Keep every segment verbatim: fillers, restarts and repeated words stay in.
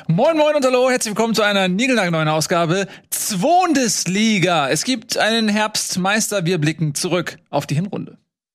Moin Moin und hallo, herzlich willkommen zu einer niegelnagelneuen Ausgabe Zwundesliga. Es gibt einen Herbstmeister, wir blicken zurück auf die Hinrunde.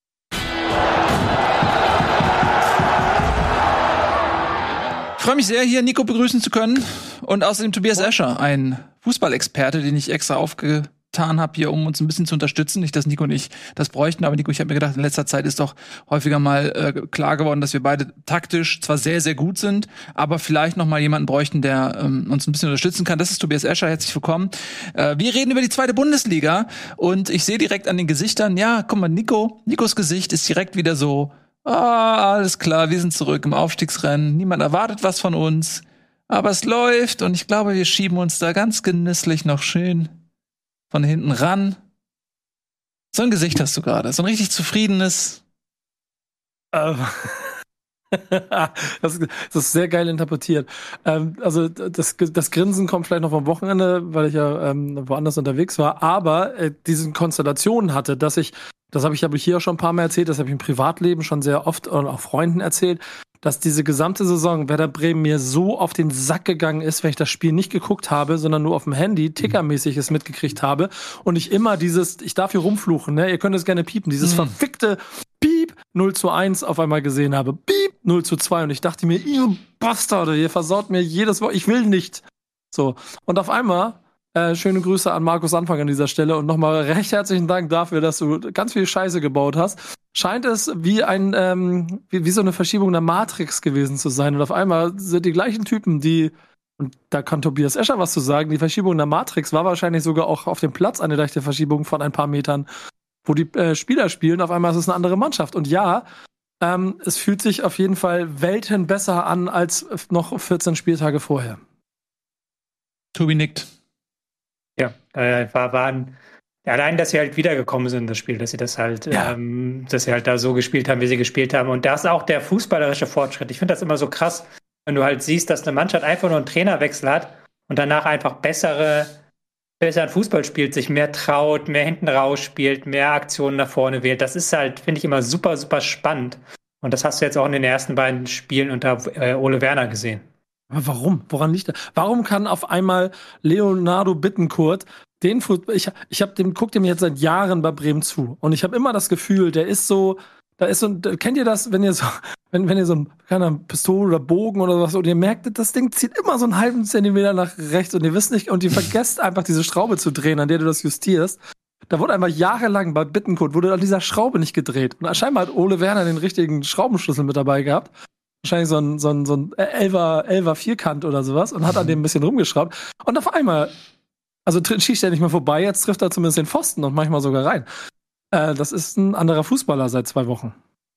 Ich freue mich sehr, hier Nico begrüßen zu können und außerdem Tobias Escher, ein Fußballexperte, den ich extra aufgetan habe, hier, um uns ein bisschen zu unterstützen. Nicht, dass Nico und ich das bräuchten, aber Nico, ich habe mir gedacht, in letzter Zeit ist doch häufiger mal äh, klar geworden, dass wir beide taktisch zwar sehr, sehr gut sind, aber vielleicht noch mal jemanden bräuchten, der ähm, uns ein bisschen unterstützen kann. Das ist Tobias Escher, herzlich willkommen. Äh, wir reden über die zweite Bundesliga und ich sehe direkt an den Gesichtern, ja, guck mal, Nico, Nikos Gesicht ist direkt wieder so, ah, alles klar, wir sind zurück im Aufstiegsrennen, niemand erwartet was von uns, aber es läuft und ich glaube, wir schieben uns da ganz genüsslich noch schön von hinten ran. So ein Gesicht hast du gerade, so ein richtig zufriedenes. Ähm. das, das ist sehr geil interpretiert. Ähm, also das, das Grinsen kommt vielleicht noch vom Wochenende, weil ich ja ähm, woanders unterwegs war, aber äh, diese Konstellation hatte, dass ich, das habe ich, hab ich hier auch schon ein paar Mal erzählt, das habe ich im Privatleben schon sehr oft und auch Freunden erzählt, dass diese gesamte Saison Werder Bremen mir so auf den Sack gegangen ist, wenn ich das Spiel nicht geguckt habe, sondern nur auf dem Handy, tickermäßig es mitgekriegt habe und ich immer dieses, ich darf hier rumfluchen, ne? Ihr könnt es gerne piepen, dieses mhm. verfickte Piep null zu eins auf einmal gesehen habe. Piep null zu zwei und ich dachte mir, ihr Bastarde, ihr versaut mir jedes Wort, ich will nicht. So, und auf einmal Äh, schöne Grüße an Markus Anfang an dieser Stelle und nochmal recht herzlichen Dank dafür, dass du ganz viel Scheiße gebaut hast. Scheint es wie ein ähm, wie, wie so eine Verschiebung der Matrix gewesen zu sein. Und auf einmal sind die gleichen Typen, die, und da kann Tobias Escher was zu sagen, die Verschiebung der Matrix war wahrscheinlich sogar auch auf dem Platz eine leichte Verschiebung von ein paar Metern, wo die äh, Spieler spielen. Auf einmal ist es eine andere Mannschaft. Und ja, ähm, es fühlt sich auf jeden Fall Welten besser an als noch vierzehn Spieltage vorher. Tobi nickt. Ja, äh, war, waren allein, dass sie halt wiedergekommen sind, das Spiel, dass sie das halt, ja. ähm, dass sie halt da so gespielt haben, wie sie gespielt haben. Und da ist auch der fußballerische Fortschritt. Ich finde das immer so krass, wenn du halt siehst, dass eine Mannschaft einfach nur einen Trainerwechsel hat und danach einfach bessere, besseren Fußball spielt, sich mehr traut, mehr hinten raus spielt, mehr Aktionen nach vorne wählt. Das ist halt, finde ich, immer super, super spannend. Und das hast du jetzt auch in den ersten beiden Spielen unter äh, Ole Werner gesehen. Aber warum? Woran liegt das? Warum kann auf einmal Leonardo Bittencourt den Fußball, ich, ich hab dem, guck dem jetzt seit Jahren bei Bremen zu und ich habe immer das Gefühl, der ist so, da ist so, kennt ihr das, wenn ihr so, wenn, wenn ihr so ein, keine Ahnung, Pistole oder Bogen oder was, und ihr merkt, das Ding zieht immer so einen halben Zentimeter nach rechts und ihr wisst nicht, und ihr vergesst einfach diese Schraube zu drehen, an der du das justierst. Da wurde einfach jahrelang bei Bittencourt, wurde an dieser Schraube nicht gedreht. Und scheinbar hat Ole Werner den richtigen Schraubenschlüssel mit dabei gehabt. Wahrscheinlich so ein, so ein, so ein Elfer, Elfer Vierkant oder sowas und hat an dem ein bisschen rumgeschraubt. Und auf einmal, also schießt er nicht mehr vorbei, jetzt trifft er zumindest den Pfosten und manchmal sogar rein. Äh, das ist ein anderer Fußballer seit zwei Wochen.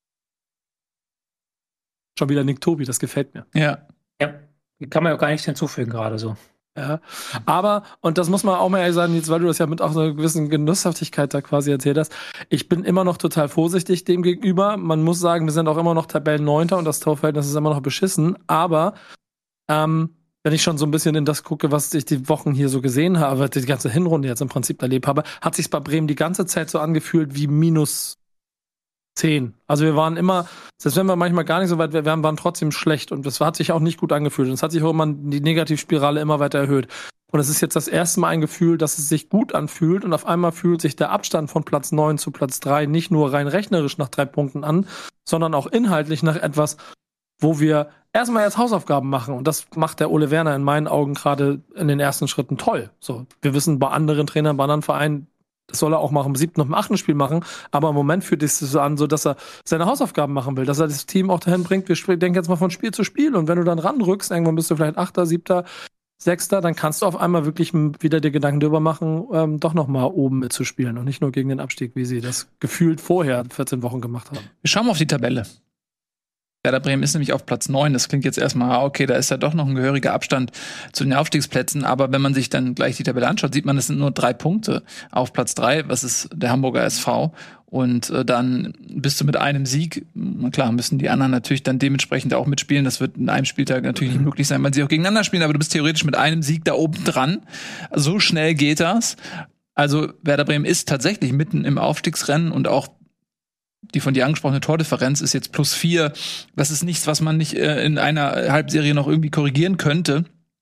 Schon wieder Nick Tobi, das gefällt mir. Ja. Ja, kann man ja gar nichts hinzufügen gerade so. Ja, aber, und das muss man auch mal ehrlich sagen, jetzt, weil du das ja mit auch so einer gewissen Genusshaftigkeit da quasi erzählt hast, ich bin immer noch total vorsichtig dem gegenüber. Man muss sagen, wir sind auch immer noch Tabellenneunter und das Torverhältnis ist immer noch beschissen, aber ähm, wenn ich schon so ein bisschen in das gucke, was ich die Wochen hier so gesehen habe, die ganze Hinrunde jetzt im Prinzip erlebt habe, hat sich bei Bremen die ganze Zeit so angefühlt wie minus zehn. Also wir waren immer, selbst wenn wir manchmal gar nicht so weit waren, waren trotzdem schlecht und das hat sich auch nicht gut angefühlt und es hat sich auch immer die Negativspirale immer weiter erhöht. Und es ist jetzt das erste Mal ein Gefühl, dass es sich gut anfühlt und auf einmal fühlt sich der Abstand von Platz neun zu Platz drei nicht nur rein rechnerisch nach drei Punkten an, sondern auch inhaltlich nach etwas, wo wir erstmal jetzt Hausaufgaben machen und das macht der Ole Werner in meinen Augen gerade in den ersten Schritten toll. So, wir wissen bei anderen Trainern, bei anderen Vereinen, das soll er auch mal im siebten und im achten Spiel machen. Aber im Moment fühlt es sich so an, so dass er seine Hausaufgaben machen will, dass er das Team auch dahin bringt, wir denken jetzt mal von Spiel zu Spiel. Und wenn du dann ranrückst, irgendwann bist du vielleicht Achter, Siebter, Sechster, dann kannst du auf einmal wirklich wieder dir Gedanken darüber machen, ähm, doch noch mal oben mitzuspielen und nicht nur gegen den Abstieg, wie sie das gefühlt vorher vierzehn Wochen gemacht haben. Wir schauen mal auf die Tabelle. Werder Bremen ist nämlich auf Platz neun. Das klingt jetzt erstmal, okay, da ist ja doch noch ein gehöriger Abstand zu den Aufstiegsplätzen. Aber wenn man sich dann gleich die Tabelle anschaut, sieht man, es sind nur drei Punkte auf Platz drei. Was ist der Hamburger S V? Und äh, dann bist du mit einem Sieg, na klar, müssen die anderen natürlich dann dementsprechend auch mitspielen. Das wird in einem Spieltag natürlich nicht möglich sein, weil sie auch gegeneinander spielen. Aber du bist theoretisch mit einem Sieg da oben dran. So schnell geht das. Also Werder Bremen ist tatsächlich mitten im Aufstiegsrennen und auch die von dir angesprochene Tordifferenz ist jetzt plus vier. Das ist nichts, was man nicht äh, in einer Halbserie noch irgendwie korrigieren könnte.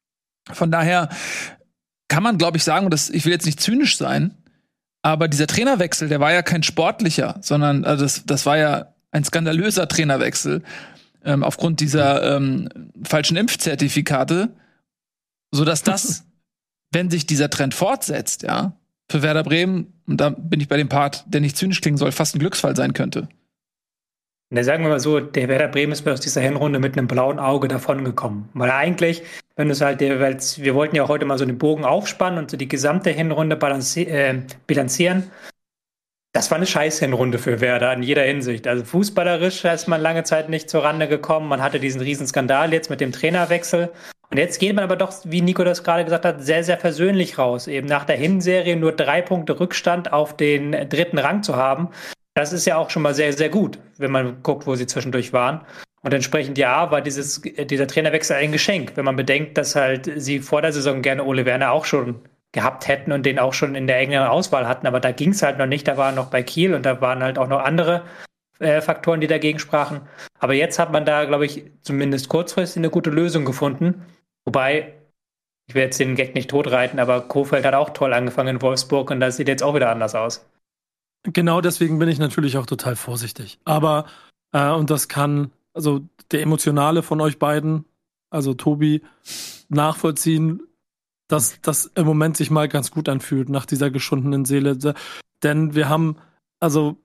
Von daher kann man, glaube ich, sagen, und das, ich will jetzt nicht zynisch sein, aber dieser Trainerwechsel, der war ja kein sportlicher, sondern also das, das war ja ein skandalöser Trainerwechsel ähm, aufgrund dieser ähm, falschen Impfzertifikate, sodass das, wenn sich dieser Trend fortsetzt, ja, für Werder Bremen, und da bin ich bei dem Part, der nicht zynisch klingen soll, fast ein Glücksfall sein könnte. Na, sagen wir mal so, der Werder Bremen ist aus dieser Hinrunde mit einem blauen Auge davongekommen. Weil eigentlich, wenn du es halt, weil wir wollten ja auch heute mal so den Bogen aufspannen und so die gesamte Hinrunde balanci- äh, bilanzieren. Das war eine scheiß Hinrunde für Werder in jeder Hinsicht. Also fußballerisch ist man lange Zeit nicht zur Rande gekommen. Man hatte diesen riesen Skandal jetzt mit dem Trainerwechsel. Und jetzt geht man aber doch, wie Nico das gerade gesagt hat, sehr, sehr versöhnlich raus. Eben nach der Hinserie nur drei Punkte Rückstand auf den dritten Rang zu haben. Das ist ja auch schon mal sehr, sehr gut, wenn man guckt, wo sie zwischendurch waren. Und entsprechend, ja, war dieses, dieser Trainerwechsel ein Geschenk, wenn man bedenkt, dass halt sie vor der Saison gerne Ole Werner auch schon gehabt hätten und den auch schon in der engeren Auswahl hatten. Aber da ging es halt noch nicht, da war er noch bei Kiel und da waren halt auch noch andere äh, Faktoren, die dagegen sprachen. Aber jetzt hat man da, glaube ich, zumindest kurzfristig eine gute Lösung gefunden. Wobei, ich will jetzt den Gag nicht totreiten, aber Kohfeldt hat auch toll angefangen in Wolfsburg und das sieht jetzt auch wieder anders aus. Genau deswegen bin ich natürlich auch total vorsichtig. Aber, äh, und das kann, also der Emotionale von euch beiden, also Tobi, nachvollziehen, dass das im Moment sich mal ganz gut anfühlt nach dieser geschundenen Seele. Denn wir haben, also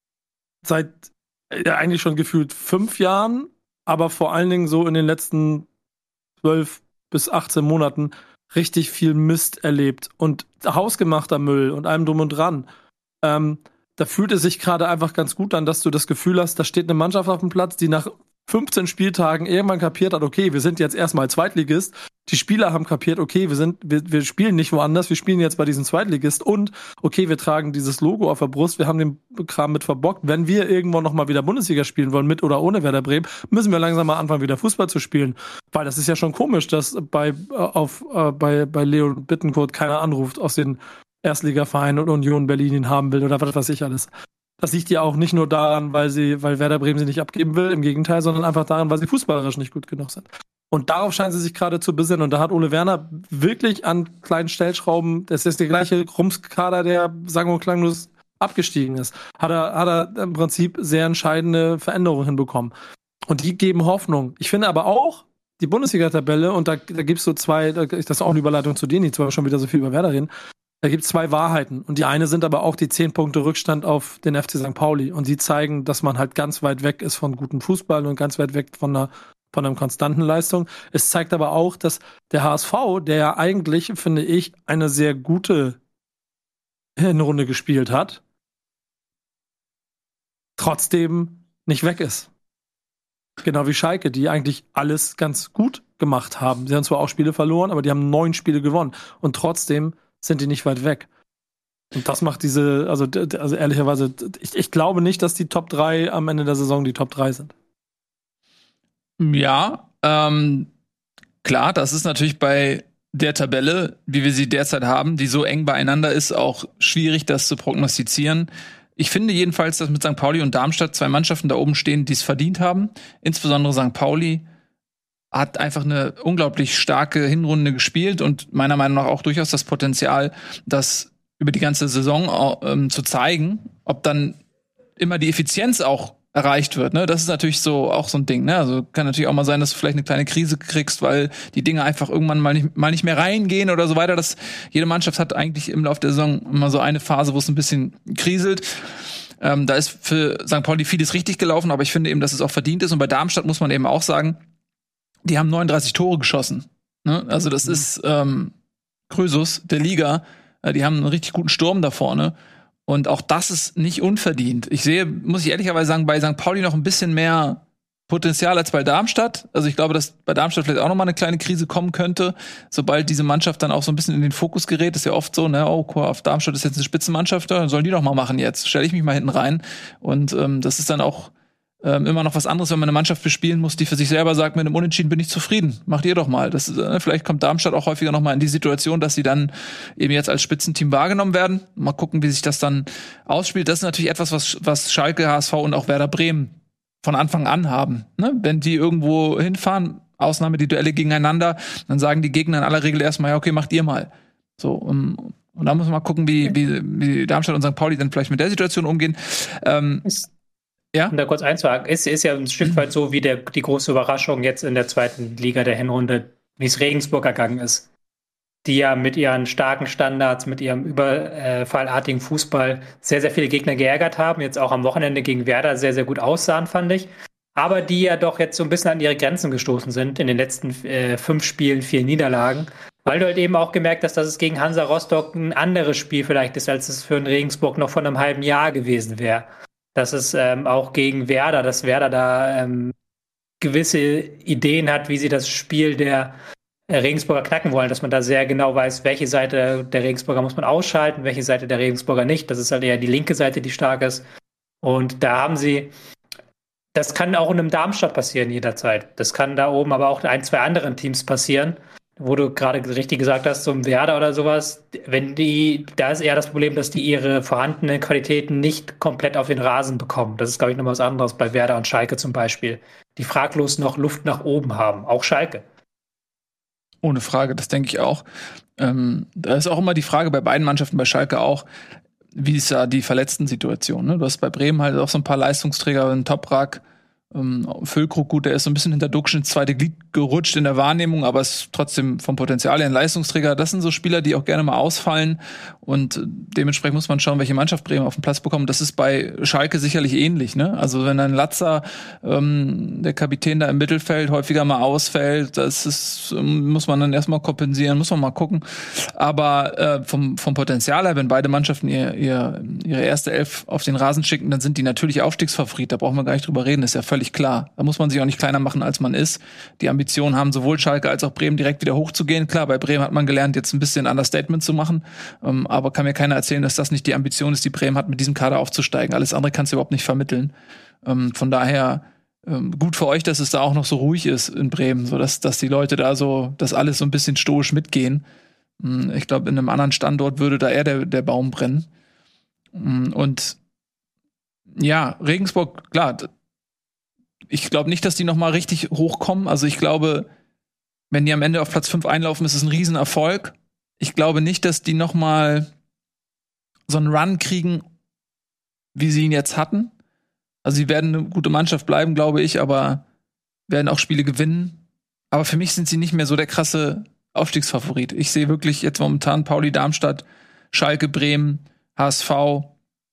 seit ja, eigentlich schon gefühlt fünf Jahren, aber vor allen Dingen so in den letzten zwölf bis achtzehn Monaten richtig viel Mist erlebt und hausgemachter Müll und allem drum und dran. Ähm, da fühlt es sich gerade einfach ganz gut an, dass du das Gefühl hast, da steht eine Mannschaft auf dem Platz, die nach fünfzehn Spieltagen irgendwann kapiert hat, okay, wir sind jetzt erstmal Zweitligist. Die Spieler haben kapiert, okay, wir sind, wir, wir spielen nicht woanders, wir spielen jetzt bei diesem Zweitligist und okay, wir tragen dieses Logo auf der Brust, wir haben den Kram mit verbockt. Wenn wir irgendwann nochmal wieder Bundesliga spielen wollen, mit oder ohne Werder Bremen, müssen wir langsam mal anfangen, wieder Fußball zu spielen. Weil das ist ja schon komisch, dass bei, auf, äh, bei, bei Leo Bittencourt keiner anruft aus den Erstligavereinen und Union Berlin ihn haben will oder was weiß ich alles. Das liegt ja auch nicht nur daran, weil sie, weil Werder Bremen sie nicht abgeben will, im Gegenteil, sondern einfach daran, weil sie fußballerisch nicht gut genug sind. Und darauf scheinen sie sich gerade zu besinnen. Und da hat Ole Werner wirklich an kleinen Stellschrauben, das ist der gleiche Rumskader, der sang- und klanglos abgestiegen ist, hat er, hat er im Prinzip sehr entscheidende Veränderungen hinbekommen. Und die geben Hoffnung. Ich finde aber auch, die Bundesliga-Tabelle, und da, da gibt's so zwei, das ist auch eine Überleitung zu denen, die zwar schon wieder so viel über Werder reden, da gibt es zwei Wahrheiten. Und die eine sind aber auch die zehn Punkte Rückstand auf den F C Sankt Pauli. Und die zeigen, dass man halt ganz weit weg ist von gutem Fußball und ganz weit weg von einer, von einer konstanten Leistung. Es zeigt aber auch, dass der H S V, der ja eigentlich, finde ich, eine sehr gute Hinrunde gespielt hat, trotzdem nicht weg ist. Genau wie Schalke, die eigentlich alles ganz gut gemacht haben. Sie haben zwar auch Spiele verloren, aber die haben neun Spiele gewonnen. Und trotzdem sind die nicht weit weg. Und das macht diese, also, also ehrlicherweise, ich, ich glaube nicht, dass die Top drei am Ende der Saison die Top drei sind. Ja, ähm, klar, das ist natürlich bei der Tabelle, wie wir sie derzeit haben, die so eng beieinander ist, auch schwierig, das zu prognostizieren. Ich finde jedenfalls, dass mit Sankt Pauli und Darmstadt zwei Mannschaften da oben stehen, die es verdient haben. Insbesondere Sankt Pauli hat einfach eine unglaublich starke Hinrunde gespielt und meiner Meinung nach auch durchaus das Potenzial, das über die ganze Saison ähm, zu zeigen, ob dann immer die Effizienz auch erreicht wird. Ne? Das ist natürlich so auch so ein Ding. Ne? Also kann natürlich auch mal sein, dass du vielleicht eine kleine Krise kriegst, weil die Dinge einfach irgendwann mal nicht, mal nicht mehr reingehen oder so weiter. Das, jede Mannschaft hat eigentlich im Laufe der Saison immer so eine Phase, wo es ein bisschen kriselt. Ähm, da ist für Sankt Pauli vieles richtig gelaufen, aber ich finde eben, dass es auch verdient ist. Und bei Darmstadt muss man eben auch sagen, die haben neununddreißig Tore geschossen. Ne? Also das mhm. ist ähm, Krösus der Liga. Äh, die haben einen richtig guten Sturm da vorne. Und auch das ist nicht unverdient. Ich sehe, muss ich ehrlicherweise sagen, bei Sankt Pauli noch ein bisschen mehr Potenzial als bei Darmstadt. Also ich glaube, dass bei Darmstadt vielleicht auch noch mal eine kleine Krise kommen könnte, sobald diese Mannschaft dann auch so ein bisschen in den Fokus gerät. Das ist ja oft so, ne, oh, auf Darmstadt ist jetzt eine Spitzenmannschaft, dann sollen die doch mal machen jetzt. Stelle ich mich mal hinten rein. Und ähm, das ist dann auch ähm, immer noch was anderes, wenn man eine Mannschaft bespielen muss, die für sich selber sagt, mit einem Unentschieden bin ich zufrieden. Macht ihr doch mal. Das ist, äh, vielleicht kommt Darmstadt auch häufiger noch mal in die Situation, dass sie dann eben jetzt als Spitzenteam wahrgenommen werden. Mal gucken, wie sich das dann ausspielt. Das ist natürlich etwas, was, was Schalke, H S V und auch Werder Bremen von Anfang an haben. Ne? Wenn die irgendwo hinfahren, Ausnahme die Duelle gegeneinander, dann sagen die Gegner in aller Regel erstmal, ja, okay, macht ihr mal. So, um, und da muss man mal gucken, wie, wie, wie Darmstadt und Sankt Pauli dann vielleicht mit der Situation umgehen. Ähm, ist, ja? Um da kurz einzuhaken, ist, ist ja ein Stück weit so wie der, die große Überraschung jetzt in der zweiten Liga der Hinrunde, wie es Regensburg ergangen ist. Die ja mit ihren starken Standards, mit ihrem überfallartigen Fußball sehr, sehr viele Gegner geärgert haben. Jetzt auch am Wochenende gegen Werder sehr, sehr gut aussahen, fand ich. Aber die ja doch jetzt so ein bisschen an ihre Grenzen gestoßen sind in den letzten äh, fünf Spielen, vier Niederlagen. Weil du halt eben auch gemerkt hast, dass es gegen Hansa Rostock ein anderes Spiel vielleicht ist, als es für einen Regensburg noch vor einem halben Jahr gewesen wäre. Dass es ähm, auch gegen Werder, dass Werder da ähm, gewisse Ideen hat, wie sie das Spiel der Regensburger knacken wollen, dass man da sehr genau weiß, welche Seite der Regensburger muss man ausschalten, welche Seite der Regensburger nicht. Das ist halt eher die linke Seite, die stark ist. Und da haben sie, das kann auch in einem Darmstadt passieren jederzeit. Das kann da oben aber auch ein, zwei anderen Teams passieren, wo du gerade richtig gesagt hast, so ein Werder oder sowas, wenn die, da ist eher das Problem, dass die ihre vorhandenen Qualitäten nicht komplett auf den Rasen bekommen. Das ist, glaube ich, noch was anderes bei Werder und Schalke zum Beispiel, die fraglos noch Luft nach oben haben. Auch Schalke. Ohne Frage, das denke ich auch. Ähm, da ist auch immer die Frage bei beiden Mannschaften, bei Schalke auch, wie ist ja die Verletzten-Situation. Ne? Du hast bei Bremen halt auch so ein paar Leistungsträger, einen Toprak, ähm, Füllkrug, gut, der ist so ein bisschen hinter Duxch ins zweite Glied gerutscht in der Wahrnehmung, aber ist trotzdem vom Potenzial her ein Leistungsträger. Das sind so Spieler, die auch gerne mal ausfallen und dementsprechend muss man schauen, welche Mannschaft Bremen auf den Platz bekommt. Das ist bei Schalke sicherlich ähnlich, ne? Also wenn ein Latzer, ähm, der Kapitän da im Mittelfeld, häufiger mal ausfällt, das ist, muss man dann erstmal kompensieren, muss man mal gucken. Aber äh, vom, vom Potenzial her, wenn beide Mannschaften ihr, ihr, ihre erste Elf auf den Rasen schicken, dann sind die natürlich Aufstiegsfavorit, da brauchen wir gar nicht drüber reden, ist ja völlig klar. Da muss man sich auch nicht kleiner machen, als man ist. Die Ambitionen haben sowohl Schalke als auch Bremen direkt wieder hochzugehen. Klar, bei Bremen hat man gelernt, jetzt ein bisschen Understatement zu machen. Ähm, aber kann mir keiner erzählen, dass das nicht die Ambition ist, die Bremen hat, mit diesem Kader aufzusteigen. Alles andere kannst du überhaupt nicht vermitteln. Ähm, von daher ähm, gut für euch, dass es da auch noch so ruhig ist in Bremen, so dass, dass die Leute da so, das alles so ein bisschen stoisch mitgehen. Ähm, ich glaube, in einem anderen Standort würde da eher der, der Baum brennen. Ähm, und ja, Regensburg, klar, ich glaube nicht, dass die noch mal richtig hochkommen. Also ich glaube, wenn die am Ende auf Platz fünf einlaufen, ist es ein Riesenerfolg. Ich glaube nicht, dass die noch mal so einen Run kriegen, wie sie ihn jetzt hatten. Also sie werden eine gute Mannschaft bleiben, glaube ich, aber werden auch Spiele gewinnen. Aber für mich sind sie nicht mehr so der krasse Aufstiegsfavorit. Ich sehe wirklich jetzt momentan Pauli, Darmstadt, Schalke, Bremen, H S V,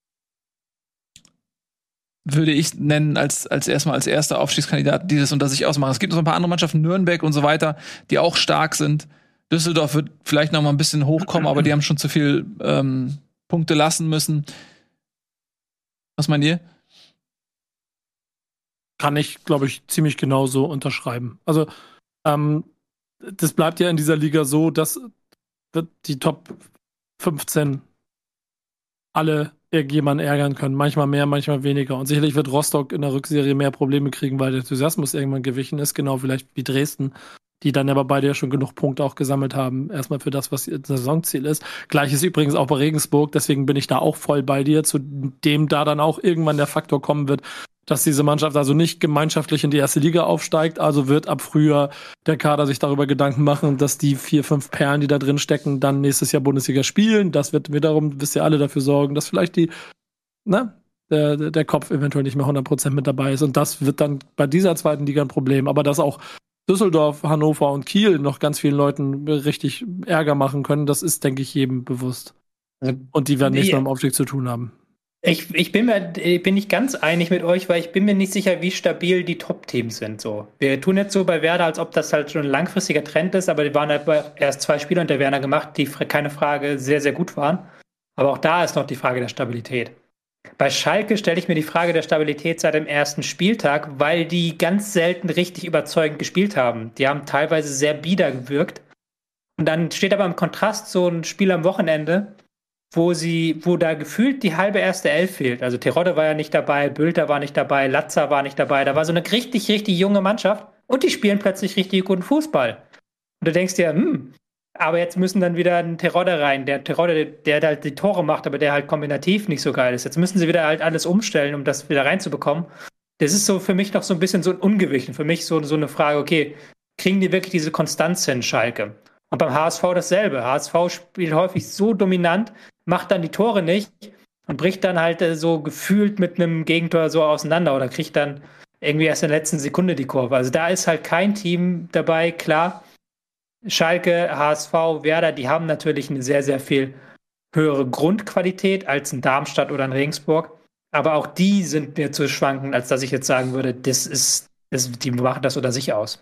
würde ich nennen als, als erstmal als erster Aufstiegskandidat, die das unter sich ausmachen. Es gibt noch ein paar andere Mannschaften, Nürnberg und so weiter, die auch stark sind. Düsseldorf wird vielleicht noch mal ein bisschen hochkommen, aber die haben schon zu viel ähm, Punkte lassen müssen. Was meint ihr? Kann ich, glaube ich, ziemlich genau so unterschreiben. Also, ähm, das bleibt ja in dieser Liga so, dass die Top fünfzehn alle irgendjemanden ärgern können. Manchmal mehr, manchmal weniger. Und sicherlich wird Rostock in der Rückserie mehr Probleme kriegen, weil der Enthusiasmus irgendwann gewichen ist. Genau vielleicht wie Dresden, die dann aber beide ja schon genug Punkte auch gesammelt haben. Erstmal für das, was ihr Saisonziel ist. Gleiches übrigens auch bei Regensburg. Deswegen bin ich da auch voll bei dir, zu dem da dann auch irgendwann der Faktor kommen wird, dass diese Mannschaft also nicht gemeinschaftlich in die erste Liga aufsteigt. Also wird ab Frühjahr der Kader sich darüber Gedanken machen, dass die vier, fünf Perlen, die da drin stecken, dann nächstes Jahr Bundesliga spielen. Das wird wiederum, wisst ihr alle, dafür sorgen, dass vielleicht die, ne, der, der Kopf eventuell nicht mehr hundert Prozent mit dabei ist. Und das wird dann bei dieser zweiten Liga ein Problem. Aber dass auch Düsseldorf, Hannover und Kiel noch ganz vielen Leuten richtig Ärger machen können, das ist, denke ich, jedem bewusst. Und die werden nichts mit dem Aufstieg zu tun haben. Ich, ich bin mir bin nicht ganz einig mit euch, weil ich bin mir nicht sicher, wie stabil die Top-Teams sind. So. Wir tun jetzt so bei Werder, als ob das halt schon ein langfristiger Trend ist, aber die waren halt erst zwei Spiele unter Werner gemacht, die keine Frage sehr, sehr gut waren. Aber auch da ist noch die Frage der Stabilität. Bei Schalke stelle ich mir die Frage der Stabilität seit dem ersten Spieltag, weil die ganz selten richtig überzeugend gespielt haben. Die haben teilweise sehr bieder gewirkt. Und dann steht aber im Kontrast so ein Spiel am Wochenende, wo sie, wo da gefühlt die halbe erste Elf fehlt. Also Terodde war ja nicht dabei, Bülter war nicht dabei, Latzer war nicht dabei. Da war so eine richtig, richtig junge Mannschaft und die spielen plötzlich richtig guten Fußball. Und du denkst dir, hm, aber jetzt müssen dann wieder ein Terodde rein. Der Terodde, der halt die Tore macht, aber der halt kombinativ nicht so geil ist. Jetzt müssen sie wieder halt alles umstellen, um das wieder reinzubekommen. Das ist so für mich noch so ein bisschen so ein Ungewicht. Für mich so, so eine Frage, okay, kriegen die wirklich diese Konstanz hin, Schalke. Und beim H S V dasselbe. H S V spielt häufig so dominant, macht dann die Tore nicht und bricht dann halt äh, so gefühlt mit einem Gegentor so auseinander oder kriegt dann irgendwie erst in der letzten Sekunde die Kurve. Also da ist halt kein Team dabei, klar. Schalke, H S V, Werder, die haben natürlich eine sehr, sehr viel höhere Grundqualität als ein Darmstadt oder ein Regensburg. Aber auch die sind mir zu schwanken, als dass ich jetzt sagen würde, das ist, das, die machen das oder sich aus.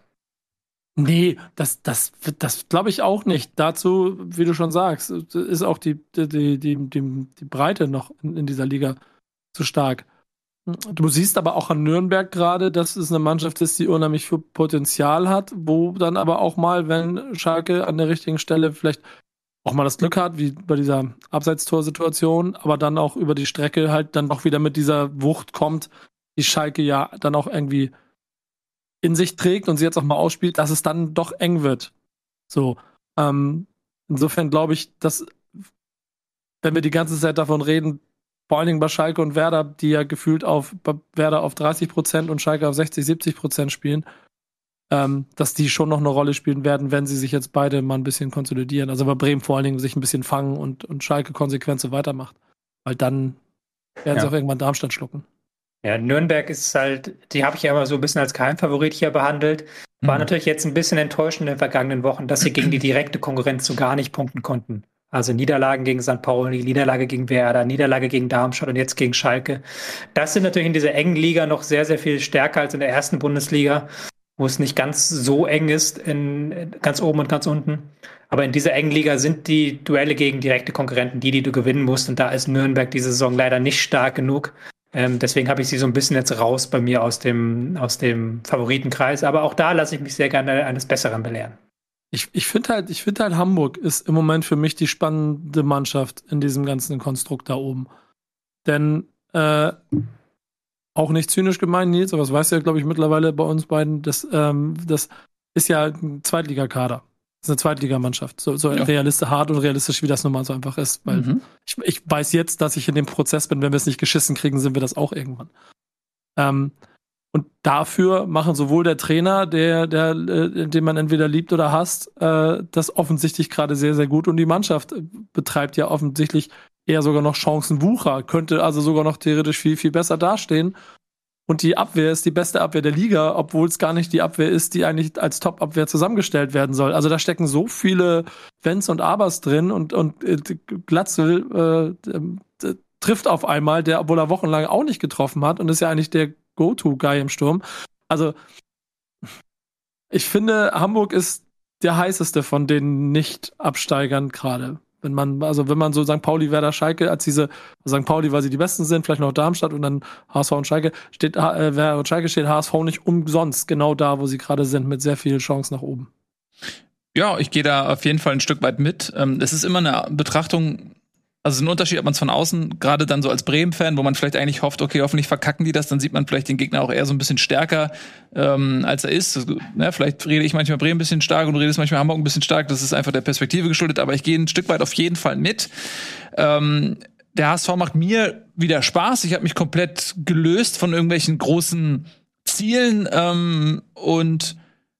Nee, das, das, das glaube ich auch nicht. Dazu, wie du schon sagst, ist auch die, die, die, die, die Breite noch in, in dieser Liga zu stark. Du siehst aber auch an Nürnberg gerade, dass es eine Mannschaft ist, die unheimlich viel Potenzial hat, wo dann aber auch mal, wenn Schalke an der richtigen Stelle vielleicht auch mal das Glück hat, wie bei dieser Abseitstorsituation, aber dann auch über die Strecke halt dann auch wieder mit dieser Wucht kommt, die Schalke ja dann auch irgendwie in sich trägt und sie jetzt auch mal ausspielt, dass es dann doch eng wird. So, ähm, insofern glaube ich, dass, wenn wir die ganze Zeit davon reden, vor allen Dingen bei Schalke und Werder, die ja gefühlt auf Werder auf dreißig Prozent und Schalke auf sechzig, siebzig Prozent spielen, ähm, dass die schon noch eine Rolle spielen werden, wenn sie sich jetzt beide mal ein bisschen konsolidieren. Also bei Bremen vor allen Dingen sich ein bisschen fangen und, und Schalke konsequent so weitermacht. Weil dann werden ja. sie auch irgendwann Darmstadt schlucken. Ja, Nürnberg ist halt, die habe ich ja immer so ein bisschen als Geheimfavorit hier behandelt. War mhm. natürlich jetzt ein bisschen enttäuschend in den vergangenen Wochen, dass sie gegen die direkte Konkurrenz so gar nicht punkten konnten. Also Niederlagen gegen Sankt Pauli, Niederlage gegen Werder, Niederlage gegen Darmstadt und jetzt gegen Schalke. Das sind natürlich in dieser engen Liga noch sehr, sehr viel stärker als in der ersten Bundesliga, wo es nicht ganz so eng ist, in ganz oben und ganz unten. Aber in dieser engen Liga sind die Duelle gegen direkte Konkurrenten die, die du gewinnen musst. Und da ist Nürnberg diese Saison leider nicht stark genug. Ähm, deswegen habe ich sie so ein bisschen jetzt raus bei mir aus dem, aus dem Favoritenkreis. Aber auch da lasse ich mich sehr gerne eines Besseren belehren. Ich, ich finde halt, ich finde halt, Hamburg ist im Moment für mich die spannende Mannschaft in diesem ganzen Konstrukt da oben. Denn, äh, auch nicht zynisch gemeint, Nils, aber das weißt du ja, glaube ich, mittlerweile bei uns beiden, das, ähm, das ist ja ein Zweitligakader. Das ist eine Zweitligamannschaft. So, so ja. realistisch, hart und realistisch, wie das nun mal so einfach ist. Weil mhm. ich, ich weiß jetzt, dass ich in dem Prozess bin, wenn wir es nicht geschissen kriegen, sind wir das auch irgendwann. Ähm, und dafür machen sowohl der Trainer, der, der, äh, den man entweder liebt oder hasst, äh, das offensichtlich gerade sehr, sehr gut. Und die Mannschaft betreibt ja offensichtlich eher sogar noch Chancenwucher, könnte also sogar noch theoretisch viel, viel besser dastehen. Und die Abwehr ist die beste Abwehr der Liga, obwohl es gar nicht die Abwehr ist, die eigentlich als Top-Abwehr zusammengestellt werden soll. Also da stecken so viele Wenns und Abers drin und, und äh, Glatzel äh, äh, trifft auf einmal, der, obwohl er wochenlang auch nicht getroffen hat und ist ja eigentlich der Go-To-Guy im Sturm. Also ich finde, Hamburg ist der heißeste von den Nicht-Absteigern gerade. Wenn man, also wenn man so Sankt Pauli, Werder, Schalke als diese, Sankt Pauli, weil sie die Besten sind, vielleicht noch Darmstadt und dann H S V und Schalke, steht, äh, Werder und Schalke steht H S V nicht umsonst genau da, wo sie gerade sind, mit sehr viel Chance nach oben. Ja, ich gehe da auf jeden Fall ein Stück weit mit. Ähm, es ist immer eine Betrachtung, also ein Unterschied, ob man es von außen, gerade dann so als Bremen-Fan, wo man vielleicht eigentlich hofft, okay, hoffentlich verkacken die das, dann sieht man vielleicht den Gegner auch eher so ein bisschen stärker, ähm, als er ist. Also, ne, vielleicht rede ich manchmal Bremen ein bisschen stark und du redest manchmal Hamburg ein bisschen stark, das ist einfach der Perspektive geschuldet, aber ich gehe ein Stück weit auf jeden Fall mit. Ähm, der H S V macht mir wieder Spaß, ich habe mich komplett gelöst von irgendwelchen großen Zielen ähm, und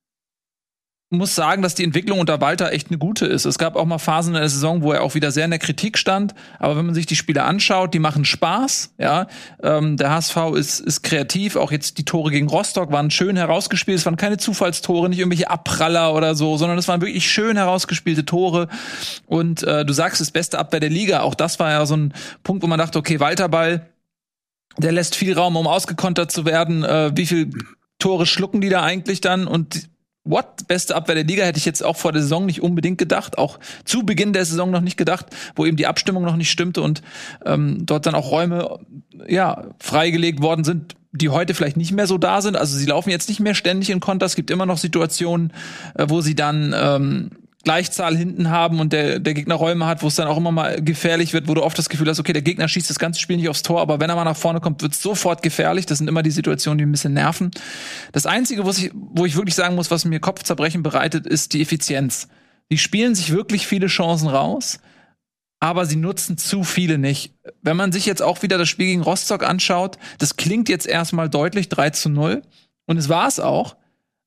muss sagen, dass die Entwicklung unter Walter echt eine gute ist. Es gab auch mal Phasen in der Saison, wo er auch wieder sehr in der Kritik stand. Aber wenn man sich die Spiele anschaut, die machen Spaß. Ja, ähm, der H S V ist, ist kreativ. Auch jetzt die Tore gegen Rostock waren schön herausgespielt. Es waren keine Zufallstore, nicht irgendwelche Abpraller oder so, sondern es waren wirklich schön herausgespielte Tore. Und äh, du sagst, das beste Abwehr der Liga. Auch das war ja so ein Punkt, wo man dachte, okay, Walter-Ball, der lässt viel Raum, um ausgekontert zu werden. Äh, wie viel Tore schlucken die da eigentlich dann? Und What? Beste Abwehr der Liga hätte ich jetzt auch vor der Saison nicht unbedingt gedacht, auch zu Beginn der Saison noch nicht gedacht, wo eben die Abstimmung noch nicht stimmte und ähm, dort dann auch Räume ja freigelegt worden sind, die heute vielleicht nicht mehr so da sind. Also sie laufen jetzt nicht mehr ständig in Konter. Es gibt immer noch Situationen, äh, wo sie dann ähm, Gleichzahl hinten haben und der, der Gegner Räume hat, wo es dann auch immer mal gefährlich wird, wo du oft das Gefühl hast, okay, der Gegner schießt das ganze Spiel nicht aufs Tor, aber wenn er mal nach vorne kommt, wird es sofort gefährlich. Das sind immer die Situationen, die ein bisschen nerven. Das Einzige, was ich, wo ich wirklich sagen muss, was mir Kopfzerbrechen bereitet, ist die Effizienz. Die spielen sich wirklich viele Chancen raus, aber sie nutzen zu viele nicht. Wenn man sich jetzt auch wieder das Spiel gegen Rostock anschaut, das klingt jetzt erstmal deutlich drei zu null und es war es auch.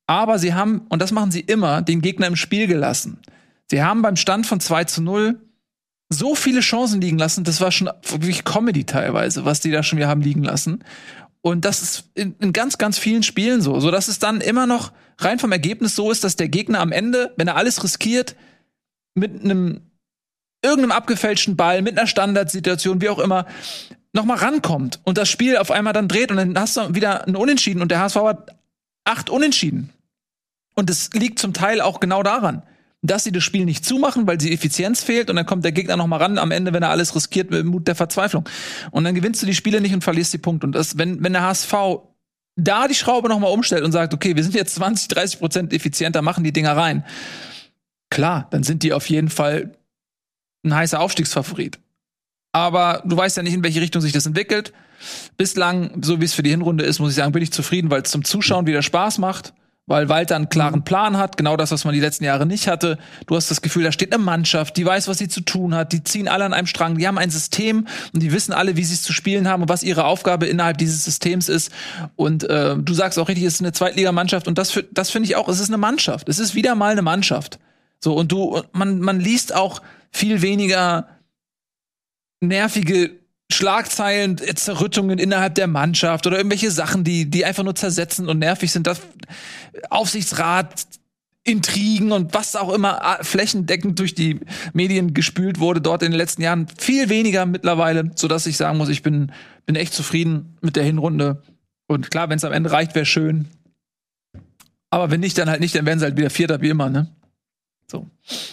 Aber sie haben, und das machen sie immer, den Gegner im Spiel gelassen. Sie haben beim Stand von zwei zu null so viele Chancen liegen lassen, das war schon wirklich Comedy teilweise, was die da schon wieder haben liegen lassen. Und das ist in, in ganz, ganz vielen Spielen so, so dass es dann immer noch rein vom Ergebnis so ist, dass der Gegner am Ende, wenn er alles riskiert, mit einem irgendeinem abgefälschten Ball, mit einer Standardsituation, wie auch immer, noch mal rankommt und das Spiel auf einmal dann dreht und dann hast du wieder ein Unentschieden und der H S V hat acht Unentschieden. Und es liegt zum Teil auch genau daran, dass sie das Spiel nicht zumachen, weil sie Effizienz fehlt und dann kommt der Gegner noch mal ran am Ende, wenn er alles riskiert, mit dem Mut der Verzweiflung. Und dann gewinnst du die Spiele nicht und verlierst die Punkte. Und das, wenn, wenn der H S V da die Schraube noch mal umstellt und sagt, okay, wir sind jetzt zwanzig, dreißig Prozent effizienter, machen die Dinger rein. Klar, dann sind die auf jeden Fall ein heißer Aufstiegsfavorit. Aber du weißt ja nicht, in welche Richtung sich das entwickelt. Bislang, so wie es für die Hinrunde ist, muss ich sagen, bin ich zufrieden, weil es zum Zuschauen wieder Spaß macht. Weil Walter einen klaren Plan hat, genau das, was man die letzten Jahre nicht hatte. Du hast das Gefühl, da steht eine Mannschaft, die weiß, was sie zu tun hat, die ziehen alle an einem Strang, die haben ein System und die wissen alle, wie sie es zu spielen haben und was ihre Aufgabe innerhalb dieses Systems ist. Und äh, du sagst auch richtig, es ist eine Zweitligamannschaft und das, das finde ich auch, es ist eine Mannschaft. Es ist wieder mal eine Mannschaft. So, und du, man, man liest auch viel weniger nervige Schlagzeilen, Zerrüttungen innerhalb der Mannschaft oder irgendwelche Sachen, die, die einfach nur zersetzen und nervig sind. Das Aufsichtsrat, Intrigen und was auch immer flächendeckend durch die Medien gespült wurde dort in den letzten Jahren. Viel weniger mittlerweile, sodass ich sagen muss, ich bin, bin echt zufrieden mit der Hinrunde. Und klar, wenn es am Ende reicht, wäre schön. Aber wenn nicht, dann halt nicht, dann werden sie halt wieder Vierter wie immer, ne? So.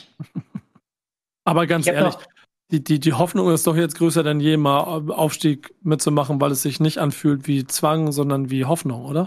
Aber ganz ehrlich, Die, die, die Hoffnung ist doch jetzt größer denn je, mal Aufstieg mitzumachen, weil es sich nicht anfühlt wie Zwang, sondern wie Hoffnung, oder?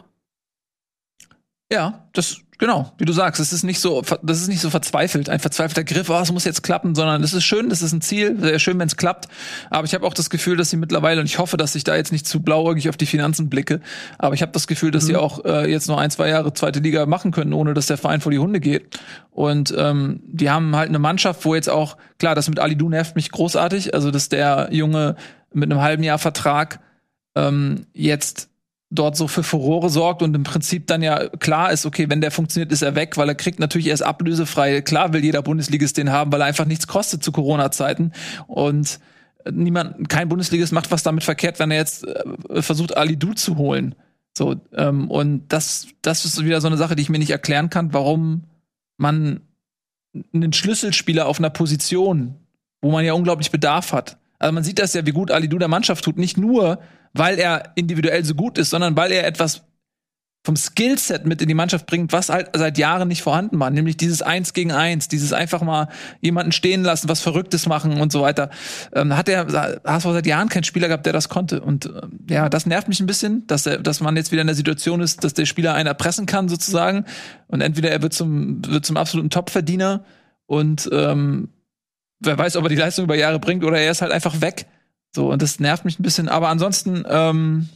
Ja, das, genau, wie du sagst, es ist nicht so, das ist nicht so verzweifelt, ein verzweifelter Griff, oh, es muss jetzt klappen, sondern es ist schön, das ist ein Ziel, sehr schön, wenn es klappt, aber ich habe auch das Gefühl, dass sie mittlerweile, und ich hoffe, dass ich da jetzt nicht zu blauäugig auf die Finanzen blicke, aber ich habe das Gefühl, dass mhm. sie auch äh, jetzt noch ein, zwei Jahre zweite Liga machen können, ohne dass der Verein vor die Hunde geht. Und ähm, die haben halt eine Mannschaft, wo jetzt auch, klar, das mit Alidou nervt mich großartig, also dass der Junge mit einem halben Jahr Vertrag ähm, jetzt dort so für Furore sorgt und im Prinzip dann ja klar ist, okay, wenn der funktioniert, ist er weg, weil er kriegt natürlich erst ablösefrei. Klar will jeder Bundesligist den haben, weil er einfach nichts kostet zu Corona-Zeiten und niemand, kein Bundesligist macht was damit verkehrt, wenn er jetzt äh, versucht, Alidou zu holen. So, ähm, und das, das ist wieder so eine Sache, die ich mir nicht erklären kann, warum man einen Schlüsselspieler auf einer Position, wo man ja unglaublich Bedarf hat. Also man sieht das ja, wie gut Alidou der Mannschaft tut, nicht nur, weil er individuell so gut ist, sondern weil er etwas vom Skillset mit in die Mannschaft bringt, was halt seit Jahren nicht vorhanden war, nämlich dieses Eins gegen Eins, dieses einfach mal jemanden stehen lassen, was Verrücktes machen und so weiter. Ähm, hat der H S V seit Jahren keinen Spieler gehabt, der das konnte. Und äh, ja, das nervt mich ein bisschen, dass er, dass man jetzt wieder in der Situation ist, dass der Spieler einen erpressen kann sozusagen und entweder er wird zum wird zum absoluten Topverdiener und ähm, wer weiß, ob er die Leistung über Jahre bringt oder er ist halt einfach weg. So, und das nervt mich ein bisschen. Aber ansonsten, ähm,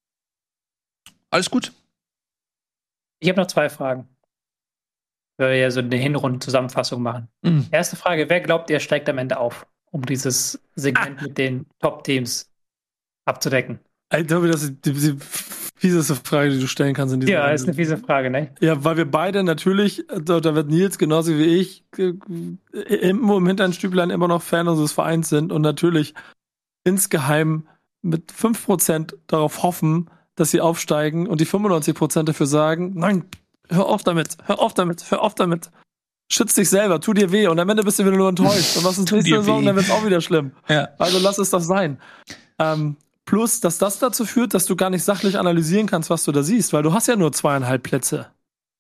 alles gut. Ich habe noch zwei Fragen. Weil wir ja so eine Hinrunden-Zusammenfassung machen. Mhm. Erste Frage, wer glaubt, ihr steigt am Ende auf, um dieses Segment ah. mit den Top-Teams abzudecken? Ich glaube, das ist die, die fieseste Frage, die du stellen kannst in diesem Ja, Moment. ist eine fiese Frage, ne? Ja, weil wir beide natürlich, da wird Nils genauso wie ich, im, im Hinternstüblein immer noch Fan unseres Vereins sind und natürlich insgeheim mit fünf Prozent darauf hoffen, dass sie aufsteigen und die fünfundneunzig Prozent dafür sagen, nein, hör auf damit, hör auf damit, hör auf damit. Schütz dich selber, tu dir weh und am Ende bist du wieder nur enttäuscht. Und was ist nächste Saison, dann wird's auch wieder schlimm. Ja. Also lass es doch sein. Ähm, plus, dass das dazu führt, dass du gar nicht sachlich analysieren kannst, was du da siehst, weil du hast ja nur zweieinhalb Plätze.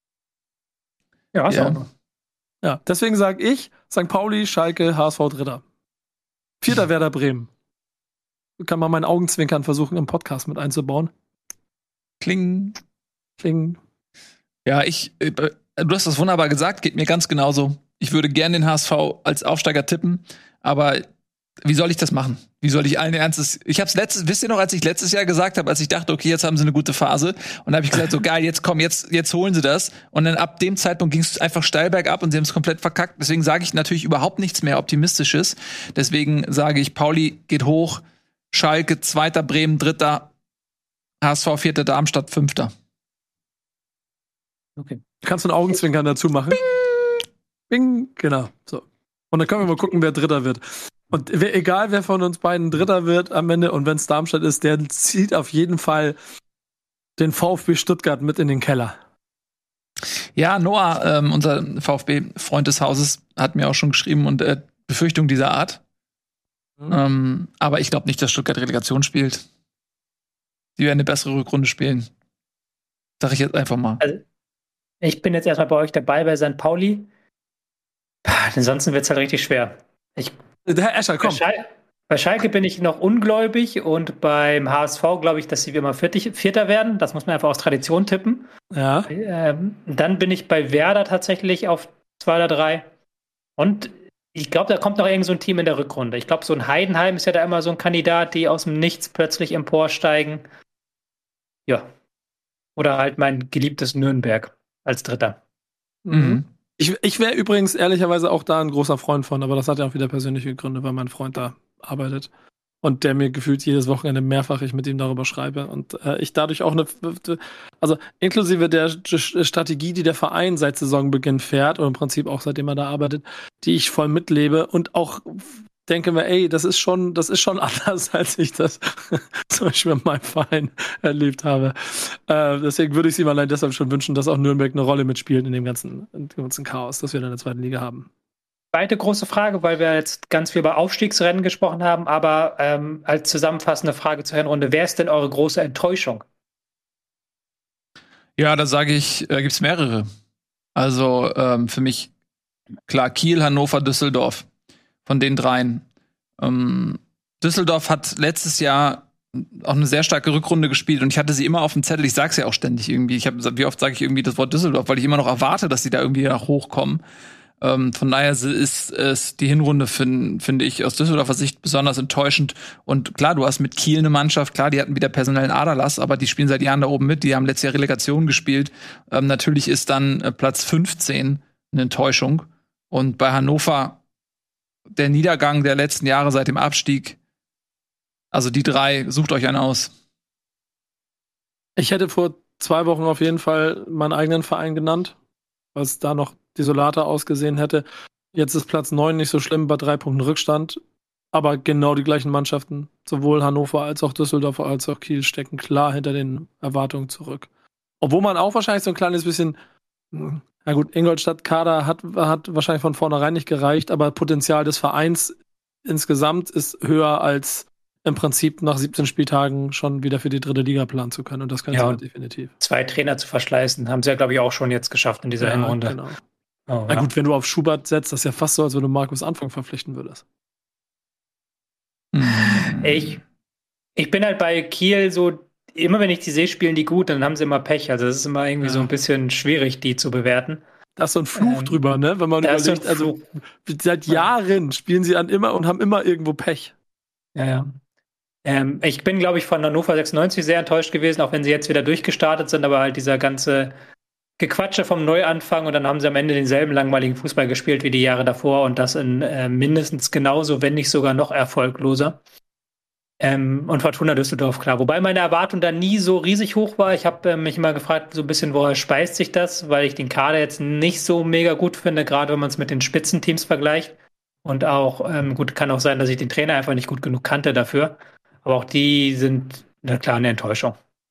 Ja, hast ja. auch noch. Ja, deswegen sage ich, Sankt Pauli, Schalke, H S V Dritter. Vierter Werder Bremen. Kann man meinen Augenzwinkern versuchen, im Podcast mit einzubauen. Kling. Kling. Ja, ich, äh, du hast das wunderbar gesagt, geht mir ganz genauso. Ich würde gerne den H S V als Aufsteiger tippen, aber wie soll ich das machen? Wie soll ich allen Ernstes? Ich hab's letztes, wisst ihr noch, als ich letztes Jahr gesagt habe, als ich dachte, okay, jetzt haben sie eine gute Phase, und da habe ich gesagt, so geil, jetzt komm, jetzt jetzt holen sie das, und dann ab dem Zeitpunkt ging es einfach steil bergab und sie haben es komplett verkackt. Deswegen sage ich natürlich überhaupt nichts mehr Optimistisches. Deswegen sage ich, Pauli geht hoch, Schalke Zweiter, Bremen Dritter, H S V Vierter, Darmstadt Fünfter. Okay. Kannst du einen Augenzwinkern dazu machen? Bing! Bing! Genau. So. Und dann können wir mal gucken, wer Dritter wird. Und wer, egal, wer von uns beiden Dritter wird am Ende, und wenn es Darmstadt ist, der zieht auf jeden Fall den VfB Stuttgart mit in den Keller. Ja, Noah, ähm, unser VfB-Freund des Hauses, hat mir auch schon geschrieben und äh, Befürchtungen dieser Art. Mhm. Ähm, aber ich glaube nicht, dass Stuttgart Relegation spielt. Die werden eine bessere Rückrunde spielen. Sag ich jetzt einfach mal. Also, ich bin jetzt erstmal bei euch dabei bei Sankt Pauli. Ansonsten wird es halt richtig schwer. Ich, Herr Escher, komm. Bei, Schal- bei Schalke bin ich noch ungläubig und beim H S V glaube ich, dass sie wie immer Viertig- Vierter werden. Das muss man einfach aus Tradition tippen. Ja. Ähm, dann bin ich bei Werder tatsächlich auf zwei oder drei. Und ich glaube, da kommt noch irgend so ein Team in der Rückrunde. Ich glaube, so ein Heidenheim ist ja da immer so ein Kandidat, die aus dem Nichts plötzlich emporsteigen. Ja. Oder halt mein geliebtes Nürnberg als Dritter. Mhm. Ich, ich wäre übrigens ehrlicherweise auch da ein großer Freund von, aber das hat ja auch wieder persönliche Gründe, weil mein Freund da arbeitet und der mir gefühlt jedes Wochenende mehrfach ich mit ihm darüber schreibe und äh, ich dadurch auch eine, also inklusive der Strategie, die der Verein seit Saisonbeginn fährt und im Prinzip auch seitdem er da arbeitet, die ich voll mitlebe und auch denke mir, ey, das ist schon, das ist schon anders, als ich das zum Beispiel in meinem Verein erlebt habe. Äh, deswegen würde ich sie mir allein deshalb schon wünschen, dass auch Nürnberg eine Rolle mitspielt in dem ganzen, in dem ganzen Chaos, das wir in der zweiten Liga haben. Zweite große Frage, weil wir jetzt ganz viel über Aufstiegsrennen gesprochen haben, aber ähm, als zusammenfassende Frage zur Hinrunde, wer ist denn eure große Enttäuschung? Ja, da sage ich, äh, gibt es mehrere. Also ähm, für mich klar Kiel, Hannover, Düsseldorf. Von den dreien. Ähm, Düsseldorf hat letztes Jahr auch eine sehr starke Rückrunde gespielt und ich hatte sie immer auf dem Zettel. Ich sag's ja auch ständig irgendwie. Ich hab, wie oft sage ich irgendwie das Wort Düsseldorf, weil ich immer noch erwarte, dass sie da irgendwie nach hochkommen. Ähm, von daher ist es die Hinrunde, finde find ich, aus Düsseldorfer Sicht besonders enttäuschend. Und klar, du hast mit Kiel eine Mannschaft, klar, die hatten wieder personellen Aderlass, aber die spielen seit Jahren da oben mit. Die haben letztes Jahr Relegation gespielt. Ähm, natürlich ist dann äh, Platz fünfzehn eine Enttäuschung. Und bei Hannover der Niedergang der letzten Jahre seit dem Abstieg. Also die drei, sucht euch einen aus. Ich hätte vor zwei Wochen auf jeden Fall meinen eigenen Verein genannt, weil es da noch desolater ausgesehen hätte. Jetzt ist Platz neun nicht so schlimm bei drei Punkten Rückstand, aber genau die gleichen Mannschaften, sowohl Hannover als auch Düsseldorf als auch Kiel, stecken klar hinter den Erwartungen zurück. Obwohl man auch wahrscheinlich so ein kleines bisschen, na gut, Ingolstadt-Kader hat, hat wahrscheinlich von vornherein nicht gereicht, aber Potenzial des Vereins insgesamt ist höher als im Prinzip nach siebzehn Spieltagen schon wieder für die dritte Liga planen zu können. Und das können Ja, sie halt definitiv. Zwei Trainer zu verschleißen, haben sie ja, glaube ich, auch schon jetzt geschafft in dieser Ja, Hinrunde. genau. Oh, Na ja. gut, wenn du auf Schubert setzt, das ist ja fast so, als wenn du Markus Anfang verpflichten würdest. Ich, ich bin halt bei Kiel so, immer wenn ich die sehe, spielen die gut, dann haben sie immer Pech. Also es ist immer irgendwie Ja. so ein bisschen schwierig, die zu bewerten. Da ist so ein Fluch Ähm, drüber, ne? Wenn man da ist so ein überlegt, also Fluch. seit Jahren spielen sie an immer und haben immer irgendwo Pech. Ja, ja. Ähm, ich bin, glaube ich, von Hannover sechsundneunzig sehr enttäuscht gewesen, auch wenn sie jetzt wieder durchgestartet sind, aber halt dieser ganze Gequatsche vom Neuanfang und dann haben sie am Ende denselben langweiligen Fußball gespielt wie die Jahre davor und das in äh, mindestens genauso, wenn nicht sogar noch erfolgloser. Ähm, und Fortuna Düsseldorf, klar. Wobei meine Erwartung da nie so riesig hoch war. Ich habe äh, mich immer gefragt, so ein bisschen, woher speist sich das, weil ich den Kader jetzt nicht so mega gut finde, gerade wenn man es mit den Spitzenteams vergleicht. Und auch, ähm, gut, kann auch sein, dass ich den Trainer einfach nicht gut genug kannte dafür. Aber auch die sind, na klar, eine Enttäuschung.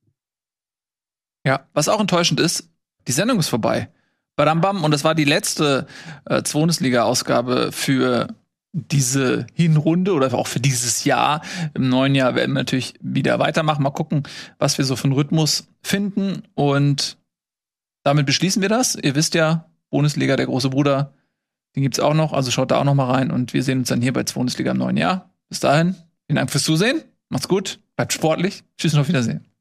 Ja, was auch enttäuschend ist, die Sendung ist vorbei. Badam-bam. Und das war die letzte äh, Bundesliga-Ausgabe für diese Hinrunde oder auch für dieses Jahr. Im neuen Jahr werden wir natürlich wieder weitermachen. Mal gucken, was wir so für einen Rhythmus finden. Und damit beschließen wir das. Ihr wisst ja, Bundesliga, der große Bruder, den gibt's auch noch. Also schaut da auch noch mal rein. Und wir sehen uns dann hier bei Bundesliga im neuen Jahr. Bis dahin, vielen Dank fürs Zusehen. Macht's gut, bleibt sportlich. Tschüss und auf Wiedersehen.